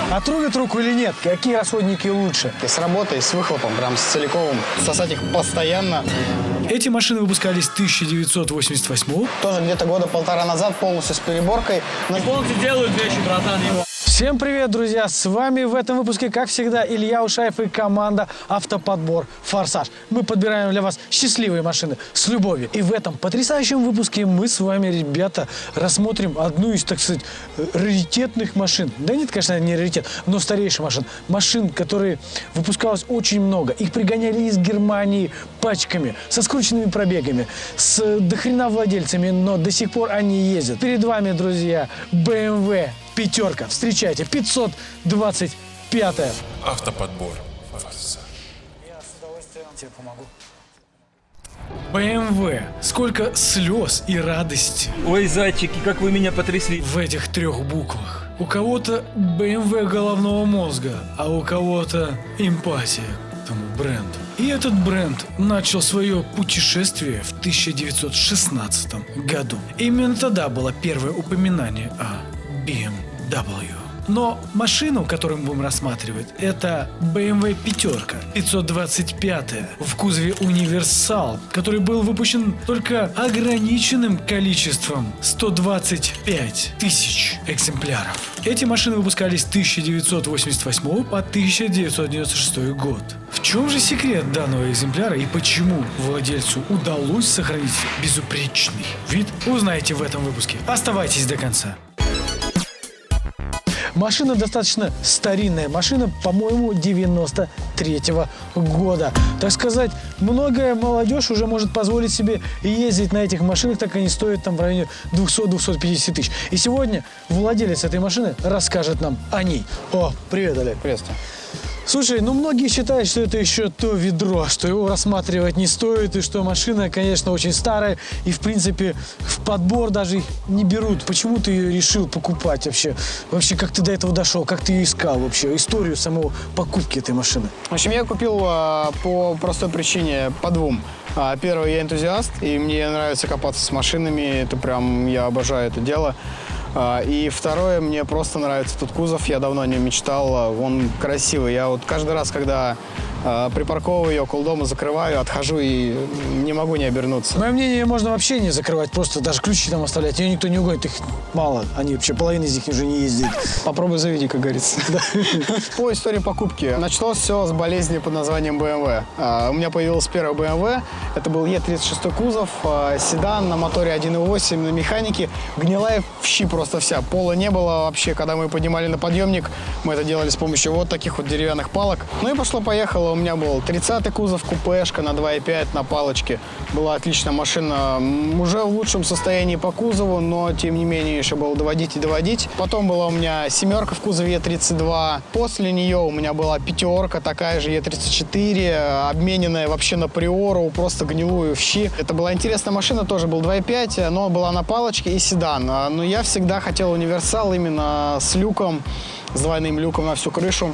А трогать руку или нет? Какие расходники лучше? И с работой, и с выхлопом, прям с целиковым. Сосать их постоянно. Эти машины выпускались с 1988 Тоже где-то года полтора назад полностью с переборкой. Японцы делают вещи, братан. Всем привет, друзья! С вами в этом выпуске, как всегда, Илья Ушаев и команда «Автоподбор Форсаж». Мы подбираем для вас счастливые машины с любовью. И в этом потрясающем выпуске мы с вами, ребята, рассмотрим одну из, так сказать, раритетных машин. Да нет, конечно, не раритет, но старейших машин. Машин, которые выпускалось очень много. Их пригоняли из Германии пачками, со скрученными пробегами, с дохрена владельцами, но до сих пор они ездят. Перед вами, друзья, BMW пятерка. Встречайте, 525-я. Автоподбор. Я с удовольствием тебе помогу. BMW. Сколько слез и радости Ой, зайчики, как вы меня потрясли. в этих трех буквах. У кого-то BMW головного мозга, а у кого-то эмпатия к тому бренду. И этот бренд начал свое путешествие в 1916 году. Именно тогда было первое упоминание о BMW. Но машину, которую мы будем рассматривать, это BMW пятерка 525 в кузове универсал, который был выпущен только ограниченным количеством 125 тысяч экземпляров. Эти машины выпускались с 1988 по 1996 год. В чем же секрет данного экземпляра и почему владельцу удалось сохранить безупречный вид, узнаете в этом выпуске. Оставайтесь до конца. Машина достаточно старинная. Машина, по-моему, 93-го года. Так сказать, многое молодежь уже может позволить себе ездить на этих машинах, так они стоят там в районе 200-250 тысяч. И сегодня владелец этой машины расскажет нам о ней. О, привет, Олег. Приветствую. Слушай, ну многие считают, что это еще то ведро, что его рассматривать не стоит, и что машина, конечно, очень старая, и, в принципе, в подбор даже их не берут. Почему ты ее решил покупать вообще? Вообще, как ты до этого дошел? Как ты ее искал вообще? Историю самого покупки этой машины. В общем, я купил по простой причине, по двум. Первый, я энтузиаст, и мне нравится копаться с машинами. Это прям, я обожаю это дело. И второе, мне просто нравится тут кузов, я давно о нем мечтал, он красивый. Я вот каждый раз, когда припарковываю ее около дома, закрываю, отхожу и не могу не обернуться. Мое мнение, можно вообще не закрывать, просто даже ключи там оставлять. Ее никто не угонит, их мало. Они вообще, половина из них уже не ездит. Попробуй заведи, как говорится. По истории покупки. Началось все с болезни под названием BMW. У меня появилась первая BMW. Это был E36 кузов, седан на моторе 1.8 на механике. Гнилая в щи просто вся. Пола не было вообще. Когда мы поднимали на подъемник, мы это делали с помощью вот таких вот деревянных палок. Ну и пошло-поехало. У меня был 30-й кузов, купешка на 2.5 на палочке. Была отличная машина. Уже в лучшем состоянии по кузову, но тем не менее еще было доводить и доводить. Потом была у меня семерка в кузове E32. После нее у меня была пятерка, такая же E34, обмененная вообще на приору, просто гнилую в щи. Это была интересная машина, тоже был 2.5, но была на палочке и седан. Но я всегда хотел универсал именно с люком, с двойным люком на всю крышу.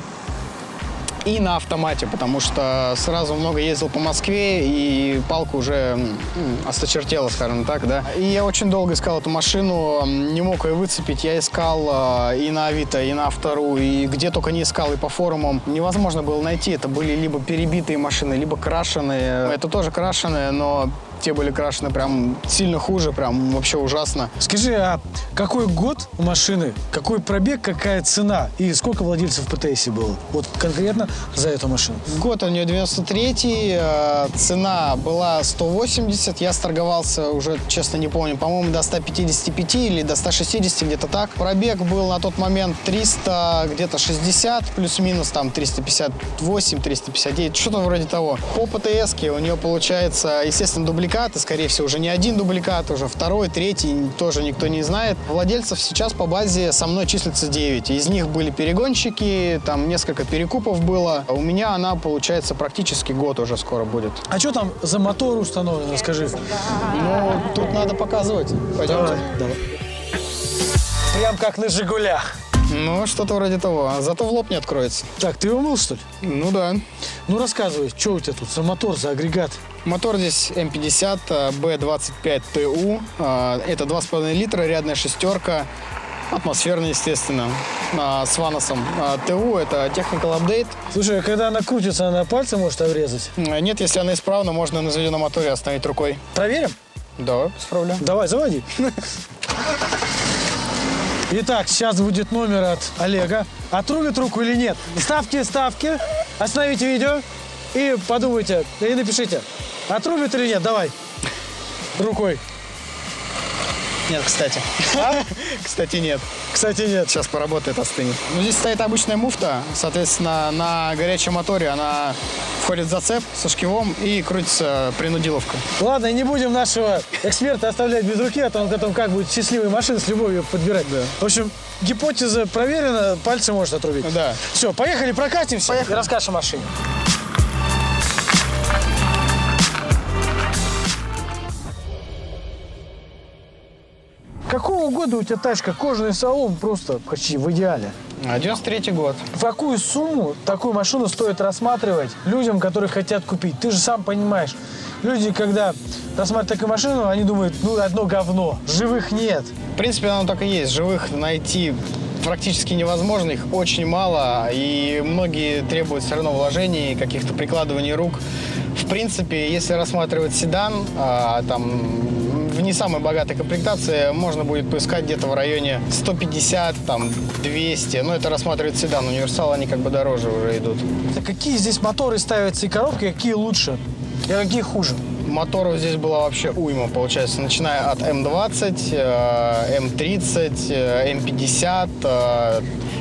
И на автомате, потому что сразу много ездил по Москве, и палка уже осточертела, скажем так, да. И я очень долго искал эту машину, не мог ее выцепить. Я искал и на Авито, и на Автору, и где только не искал, и по форумам. Невозможно было найти. Это были либо перебитые машины, либо крашеные. Это тоже крашеные, но те были крашены прям сильно хуже, прям вообще ужасно. Скажи, а какой год у машины, какой пробег, какая цена и сколько владельцев в ПТСе было? Вот конкретно за эту машину. Год у нее 93-й, цена была 180, я сторговался уже, честно не помню, по-моему, до 155 или до 160, где-то так. Пробег был на тот момент 300, где-то 60, плюс-минус там 358, 359, что-то вроде того. По ПТСке у нее получается, естественно, дубликаты, скорее всего, уже не один дубликат, уже второй, третий, тоже никто не знает. Владельцев сейчас по базе со мной числится 9. Из них были перегонщики, там несколько перекупов было. У меня она, получается, практически год уже скоро будет. А что там за мотор установлен, расскажи. Ну, тут надо показывать. Пойдемте. Давай. Прям как на «Жигулях». Ну, что-то вроде того. Зато в лоб не откроется. Так, ты его мыл, что ли? Ну да. Ну, рассказывай, что у тебя тут за мотор, за агрегат? Мотор здесь М50 B25TU. Это 2,5 литра, рядная шестерка. Атмосферный, естественно, с Ваносом. ТУ – это Technical Update. Слушай, а когда она крутится, она пальцем может обрезать? Нет, если она исправна, можно на заведенном моторе остановить рукой. Проверим? Да, без проблем. Давай, заводи. Итак, сейчас будет номер от Олега. Отрубит руку или нет? Ставьте ставки, остановите видео и подумайте, и напишите, отрубит или нет. Давай. Рукой. Нет, кстати. Кстати, нет. Кстати, нет. Сейчас поработает, остынет. Ну, здесь стоит обычная муфта. Соответственно, на горячем моторе она входит в зацеп со шкивом и крутится принудиловка. Ладно, не будем нашего эксперта оставлять без руки, а то он потом как будет счастливые машины с любовью подбирать. Да. В общем, гипотеза проверена, пальцы может отрубить. Да. Все, поехали, прокатимся. Поехали. И расскажешь о машине. Какого года у тебя тачка? Кожаный салон просто почти в идеале. 93-й год. В какую сумму такую машину стоит рассматривать людям, которые хотят купить? Ты же сам понимаешь, люди, когда рассматривают такую машину, они думают, ну, одно говно, живых нет. В принципе, оно так и есть. Живых найти практически невозможно, их очень мало, и многие требуют все равно вложений, каких-то прикладываний рук. В принципе, если рассматривать седан, там, в не самой богатой комплектации можно будет поискать где-то в районе 150, там, 200. Но это рассматривает седан. Универсал, они как бы дороже уже идут. Так какие здесь моторы ставятся и коробки, какие лучше, и какие хуже? Моторов здесь была вообще уйма, получается, начиная от М20, М30, М50,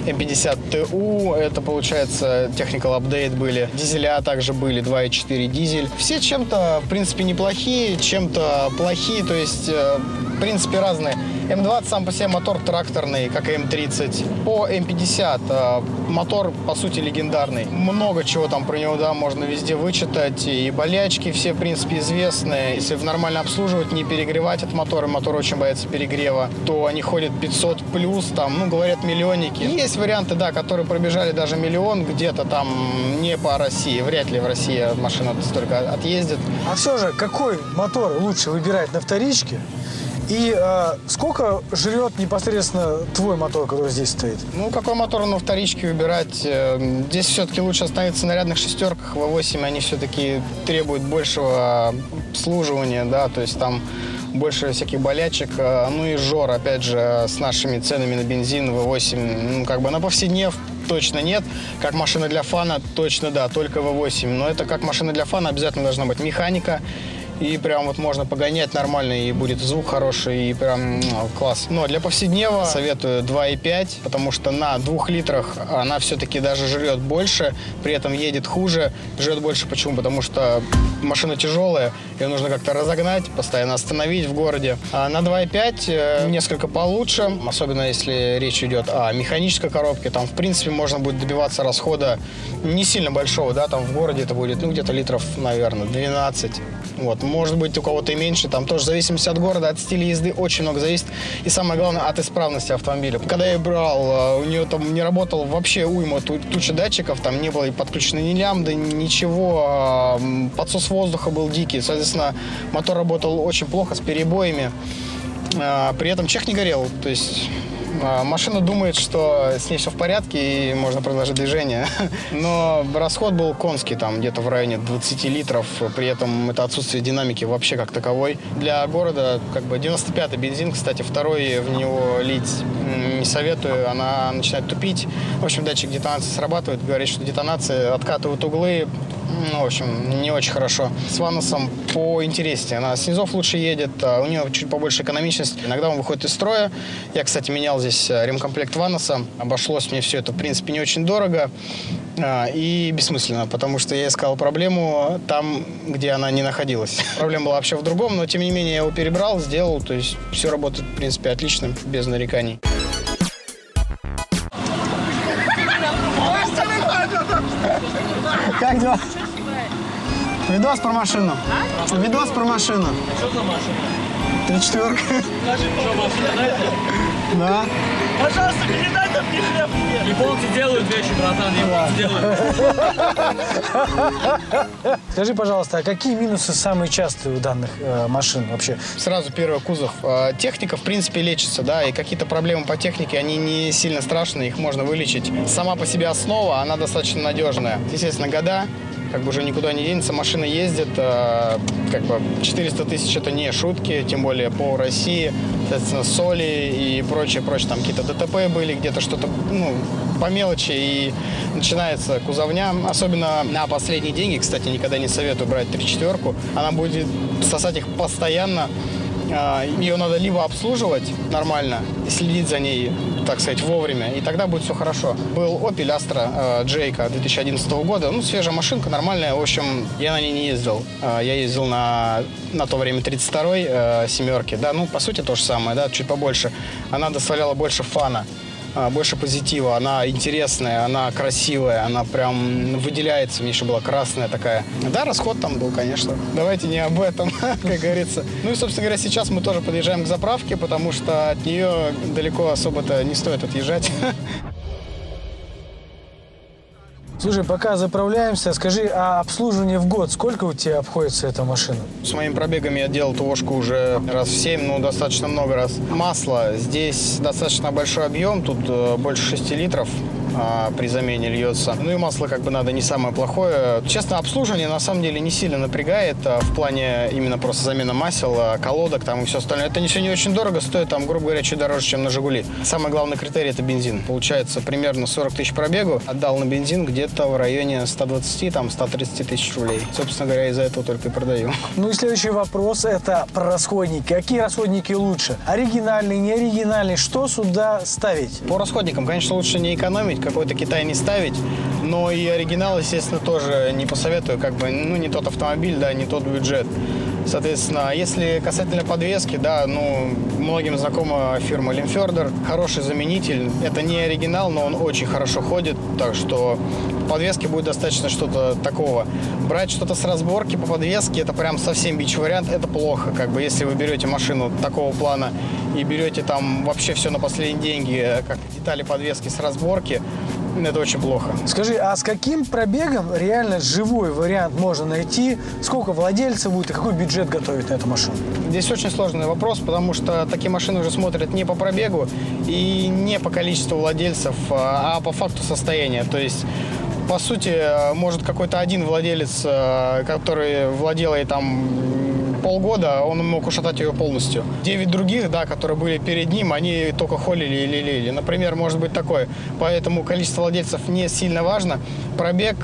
М50 ТУ, это, получается, Technical Update были. Дизеля также были, 2.4 дизель. Все чем-то, в принципе, неплохие, чем-то плохие, то есть, в принципе, разные. М20 сам по себе мотор тракторный, как и М30. По М50 мотор, по сути, легендарный. Много чего там про него, да, можно везде вычитать. И болячки все, в принципе, известны. Если нормально обслуживать, не перегревать этот мотор, и мотор очень боится перегрева, то они ходят 500 плюс, там, ну, говорят, миллионники. Есть варианты, да, которые пробежали даже миллион где-то там не по России. Вряд ли в России машина столько отъездит. А все же, какой мотор лучше выбирать на вторичке? И сколько жрет непосредственно твой мотор, который здесь стоит? Ну, какой мотор на вторичке выбирать? Здесь все-таки лучше остановиться на рядных шестерках. V8 они все-таки требуют большего обслуживания, да, то есть там больше всяких болячек. Ну и жор, опять же, с нашими ценами на бензин V8, ну, как бы на повседнев точно нет. Как машина для фана точно да, только V8. Но это как машина для фана обязательно должна быть механика. И прям вот можно погонять нормально, и будет звук хороший, и прям класс. Но для повседнева советую 2.5, потому что на 2 литрах она все-таки даже жрет больше, при этом едет хуже. Жрет больше почему? Потому что машина тяжелая, ее нужно как-то разогнать, постоянно остановить в городе. А на 2.5 несколько получше, особенно если речь идет о механической коробке. Там, в принципе, можно будет добиваться расхода не сильно большого, да, там в городе это будет, ну, где-то литров, наверное, 12. Вот. Может быть, у кого-то и меньше, там тоже в зависимости от города, от стиля езды очень много зависит. И самое главное, от исправности автомобиля. Когда я брал, у нее там не работал вообще уйма, туча датчиков, там не было и подключено ни лямбды, ничего. Подсос воздуха был дикий, соответственно, мотор работал очень плохо, с перебоями. При этом чех не горел, то есть... Машина думает, что с ней все в порядке и можно продолжить движение. Но расход был конский, там где-то в районе 20 литров. При этом это отсутствие динамики вообще как таковой. Для города как бы 95-й бензин, кстати, второй в него лить не советую. Она начинает тупить. В общем, датчик детонации срабатывает. Говорит, что детонации откатывают углы. Ну, в общем, не очень хорошо. С Ваносом поинтереснее. Она с низов лучше едет, у нее чуть побольше экономичность. Иногда он выходит из строя. Я, кстати, менял здесь ремкомплект Ваноса. Обошлось мне все это, в принципе, не очень дорого и бессмысленно, потому что я искал проблему там, где она не находилась. Проблема была вообще в другом, но, тем не менее, я его перебрал, сделал. То есть все работает, в принципе, отлично, без нареканий. Как дела? Видос про машину. Видос про машину. Что за машина? 34. Скажи, что машина, да? Да. Пожалуйста, передай там Японцы делают вещи, братан, японцы делают. Скажи, пожалуйста, а какие минусы самые частые у данных машин вообще? Сразу первый кузов. Техника, в принципе, лечится, да, и какие-то проблемы по технике, они не сильно страшные, их можно вылечить. Сама по себе основа, она достаточно надежная. Естественно, года, как бы уже никуда не денется, машина ездит, как бы 400 тысяч это не шутки, тем более по России, соответственно, соли и прочее, там какие-то ДТП были, где-то что-то, по мелочи, и начинается кузовня, особенно на последние деньги, кстати, никогда не советую брать 3/4, она будет сосать их постоянно. Ее надо либо обслуживать нормально и следить за ней, так сказать, вовремя, и тогда будет все хорошо. Был Opel Astra J-ка 2011 года, свежая машинка, нормальная, в общем, я на ней не ездил. Я ездил на то время 32-й семерки, да, по сути то же самое, да, чуть побольше. Она доставляла больше фана, больше позитива, она интересная, она красивая, она прям выделяется, мне еще была красная такая. Да, расход там был, конечно. Давайте не об этом, как говорится. И, собственно говоря, сейчас мы тоже подъезжаем к заправке, потому что от нее далеко особо-то не стоит отъезжать. Слушай, пока заправляемся, скажи, а обслуживание в год, сколько у тебя обходится эта машина? С моими пробегами я делал ТОшку уже раз в 7, достаточно много раз. Масло. Здесь достаточно большой объем, тут больше 6 литров при замене льется. И масло как бы надо не самое плохое. Честно, обслуживание на самом деле не сильно напрягает в плане именно просто замена масел, колодок там и все остальное. Это все не очень дорого, стоит там, грубо говоря, чуть дороже, чем на «Жигули». Самый главный критерий – это бензин. Получается, примерно 40 тысяч пробегу. Отдал на бензин где-то в районе 120, 130 тысяч рублей. Собственно говоря, из-за этого только и продаю. И следующий вопрос – это про расходники. Какие расходники лучше? Оригинальные, неоригинальные? Что сюда ставить? По расходникам, конечно, лучше не экономить, какой-то Китай не ставить, но и оригинал, естественно, тоже не посоветую, как бы, не тот автомобиль, да, не тот бюджет. Соответственно, если касательно подвески, да, многим знакома фирма Limfjorder, хороший заменитель. Это не оригинал, но он очень хорошо ходит, так что по подвеске будет достаточно что-то такого. Брать что-то с разборки по подвеске, это прям совсем бич-вариант, это плохо. Как бы, если вы берете машину такого плана и берете там вообще все на последние деньги, как детали подвески с разборки, это очень плохо. Скажи, а с каким пробегом реально живой вариант можно найти? Сколько владельцев будет и какой бюджет готовить на эту машину? Здесь очень сложный вопрос, потому что такие машины уже смотрят не по пробегу и не по количеству владельцев, а по факту состояния. То есть, по сути, может какой-то один владелец, который владел ей там полгода, он мог ушатать ее полностью. 9 других, да, которые были перед ним, они только холили и лелеяли. Например, может быть такое. Поэтому количество владельцев не сильно важно. Пробег,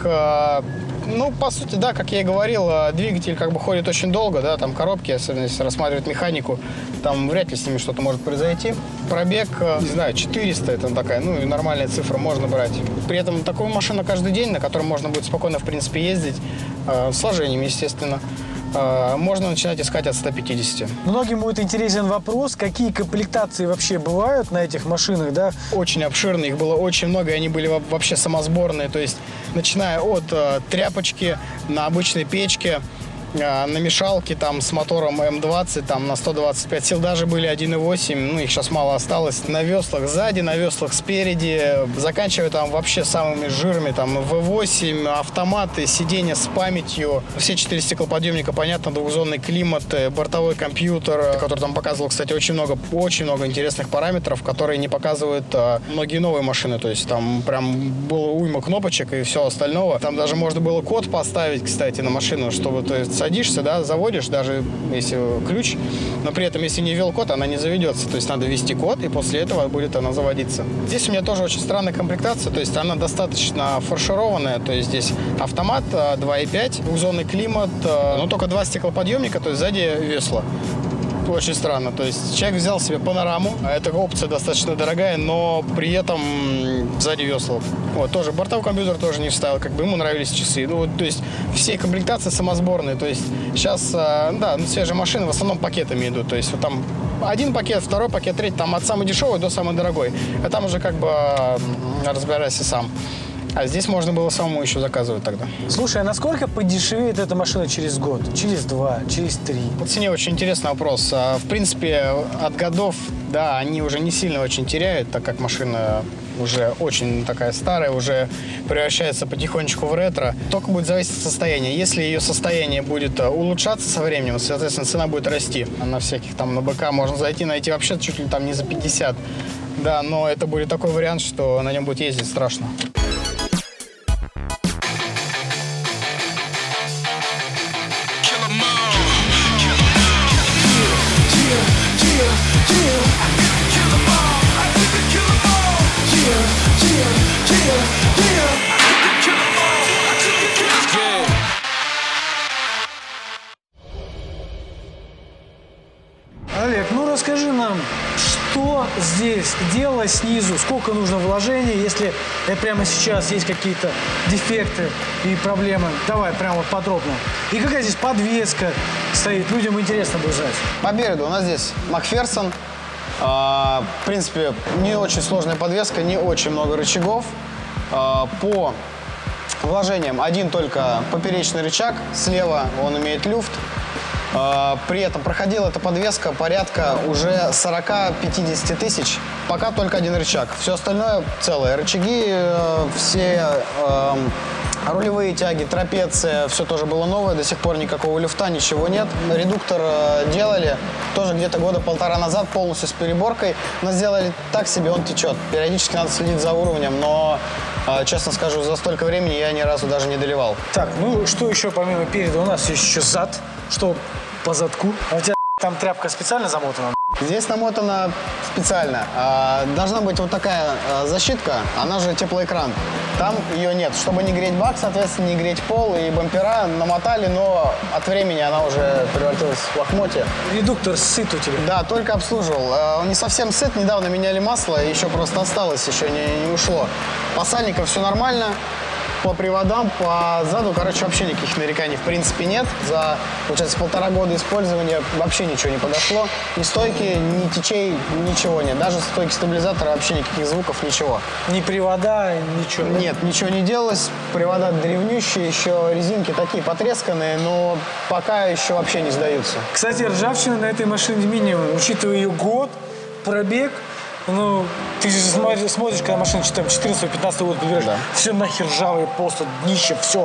по сути, да, как я и говорил, двигатель как бы ходит очень долго, да, там коробки, особенно если рассматривать механику, там вряд ли с ними что-то может произойти. Пробег, не знаю, 400, это такая, нормальная цифра, можно брать. При этом такую машину каждый день, на которой можно будет спокойно, в принципе, ездить, с вложениями, естественно, можно начинать искать от 150. Многим будет интересен вопрос, какие комплектации вообще бывают на этих машинах, да? Очень обширные, их было очень много, и они были вообще самосборные, то есть начиная от тряпочки на обычной печке, на мешалке там с мотором М20 там на 125 сил, даже были 1.8, их сейчас мало осталось, на веслах сзади, на веслах спереди, заканчивая там вообще самыми жирами, там В8, автоматы, сиденья с памятью, все 4 стеклоподъемника, понятно, двухзонный климат, бортовой компьютер, который там показывал, кстати, очень много интересных параметров, которые не показывают многие новые машины, то есть там прям было уйма кнопочек и все остального, там даже можно было код поставить, кстати, на машину, чтобы, то есть, садишься, да, заводишь, даже если ключ, но при этом, если не ввел код, она не заведется. То есть надо ввести код, и после этого будет она заводиться. Здесь у меня тоже очень странная комплектация, то есть она достаточно фаршированная, то есть здесь автомат 2.5, двухзонный климат, но только 2 стеклоподъемника, то есть сзади весла. Очень странно. То есть человек взял себе панораму. Эта опция достаточно дорогая, но при этом сзади весла. Тоже бортовой компьютер тоже не вставил. Как бы ему нравились часы. То есть все комплектации самосборные. То есть сейчас, свежие машины в основном пакетами идут. То есть там один пакет, второй пакет, третий. Там от самой дешевой до самой дорогой. А там уже как бы разбирайся сам. А здесь можно было самому еще заказывать тогда. Слушай, а насколько подешевеет эта машина через год? Через 2, через 3? По цене очень интересный вопрос. В принципе, от годов, да, они уже не сильно очень теряют, так как машина уже очень такая старая, уже превращается потихонечку в ретро. Только будет зависеть от состояния. Если ее состояние будет улучшаться со временем, соответственно, цена будет расти. На всяких там на БК можно зайти, найти вообще чуть ли там не за 50. Да, но это будет такой вариант, что на нем будет ездить страшно. Олег, ну расскажи нам, что здесь делать снизу, сколько нужно вложений, если прямо сейчас есть какие-то дефекты и проблемы. Давай прямо вот подробно. И какая здесь подвеска стоит, людям интересно будет знать. Попереду у нас здесь Макферсон. В принципе, не очень сложная подвеска, не очень много рычагов. По вложениям один только поперечный рычаг, слева он имеет люфт. При этом проходила эта подвеска порядка уже 40-50 тысяч. Пока только один рычаг. Все остальное целое. Рычаги, все рулевые тяги, трапеция, все тоже было новое. До сих пор никакого люфта, ничего нет. Редуктор делали тоже где-то года полтора назад полностью с переборкой. Но сделали так себе, он течет. Периодически надо следить за уровнем, но, честно скажу, за столько времени я ни разу даже не доливал. Так, ну что еще помимо переда? У нас есть еще зад. Что по задку? А у тебя там тряпка специально замотана? Здесь намотана специально. Должна быть вот такая защитка, она же теплоэкран. Там ее нет. Чтобы не греть бак, соответственно, не греть пол и бампера намотали, но от времени она уже превратилась в лохмотье. Редуктор сыт у тебя? Да, только обслуживал. Он не совсем сыт, недавно меняли масло, еще просто осталось, еще не ушло. По сальникам все нормально. По приводам, по заду, короче, вообще никаких нареканий в принципе нет. За, получается, 1,5 года использования вообще ничего не подошло. Ни стойки, ни течей, ничего нет. Даже стойки стабилизатора вообще никаких звуков, ничего. Ни привода, ничего? Нет, ничего не делалось. Привода древнющие, еще резинки такие потресканные, но пока еще вообще не сдаются. Кстати, ржавчина на этой машине минимум. Учитывая ее год, пробег, ну, ты же смотришь, когда машина 14-15 год подберешь, да. Все нахер ржавые, просто днище, все,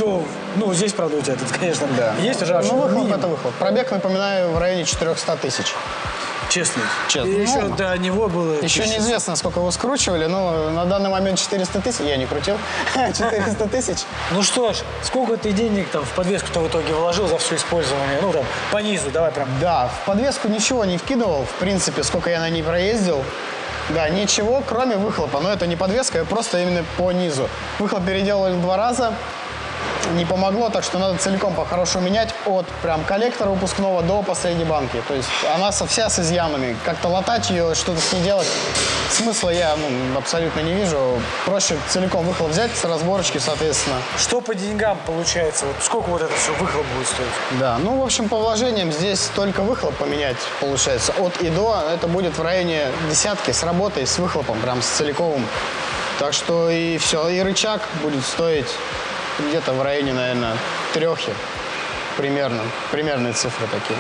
ну, здесь, правда, у тебя тут, конечно, да. Есть ржавчина. Ну, выхлоп это выхлоп. Пробег, напоминаю, в районе 400 тысяч. Честно? Честно. И еще до него было... Еще неизвестно, сколько его скручивали, но на данный момент 400 тысяч. Я не крутил. 400 тысяч. Ну что ж, сколько ты денег там в подвеску-то в итоге вложил за все использование? Ну там, по низу, давай прям. Да, в подвеску ничего не вкидывал, в принципе, сколько я на ней проездил. Да, ничего, кроме выхлопа. Но это не подвеска, а просто именно по низу. Выхлоп переделали 2 раза. Не помогло, так что надо целиком по-хорошему менять от прям коллектора выпускного до последней банки. То есть она вся с изъянами. Как-то латать ее, что-то с ней делать, смысла я абсолютно не вижу. Проще целиком выхлоп взять с разборочки, соответственно. Что по деньгам получается? Вот сколько вот это все выхлоп будет стоить? Да, ну, в общем, по вложениям здесь только выхлоп поменять, получается. От и до это будет в районе десятки с работой, с выхлопом, прям с целиковым. Так что и все, и рычаг будет стоить где-то в районе, наверное, 3 примерно. Примерные цифры такие.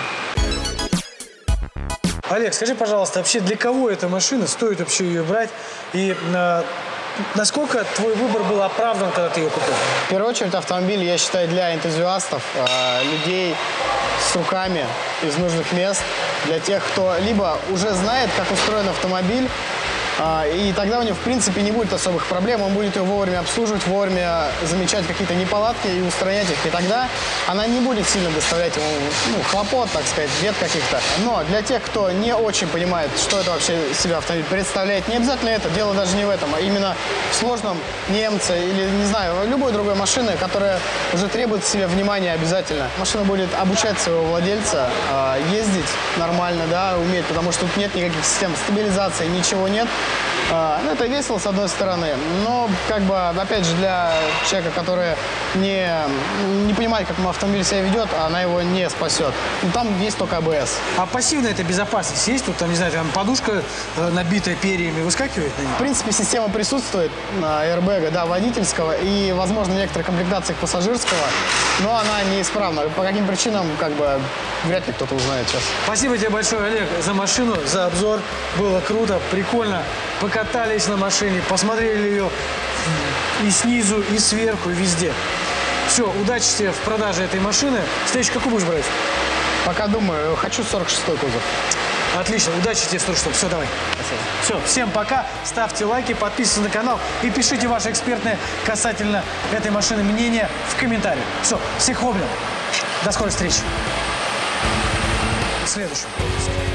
Олег, скажи, пожалуйста, вообще для кого эта машина? Стоит вообще ее брать? И насколько твой выбор был оправдан, когда ты ее купил? В первую очередь автомобиль, я считаю, для энтузиастов, людей с руками из нужных мест, для тех, кто либо уже знает, как устроен автомобиль, и тогда у него, в принципе, не будет особых проблем. Он будет ее вовремя обслуживать, вовремя замечать какие-то неполадки и устранять их. И тогда она не будет сильно доставлять ему хлопот, так сказать, бед каких-то. Но для тех, кто не очень понимает, что это вообще себя автомобиль представляет, не обязательно это. Дело даже не в этом, а именно в сложном немце или, не знаю, любой другой машины, которая уже требует себе внимания обязательно. Машина будет обучать своего владельца ездить нормально, да, уметь, потому что тут нет никаких систем стабилизации, ничего нет. Ну, это весело, с одной стороны, но, как бы, опять же, для человека, который не понимает, как автомобиль себя ведет, она его не спасет. Ну, там есть только АБС. А пассивная эта безопасность есть? Тут, там, не знаю, там подушка, набитая перьями, выскакивает на ней? В принципе, система присутствует, airbag, да, водительского и, возможно, в некоторых комплектациях пассажирского, но она неисправна. По каким причинам, как бы, вряд ли кто-то узнает сейчас. Спасибо тебе большое, Олег, за машину, за обзор. Было круто, прикольно. покатались на машине, посмотрели ее и снизу, и сверху, и везде. Все, удачи тебе в продаже этой машины. Следующий какую будешь брать? Пока думаю, хочу 46-й кузов. Отлично, удачи тебе, 100 Все, давай. Все, всем пока. Ставьте лайки, подписывайтесь на канал и пишите ваше экспертное касательно этой машины мнение в комментариях. Все, всех обнял. До скорой встречи. В следующем выпуске.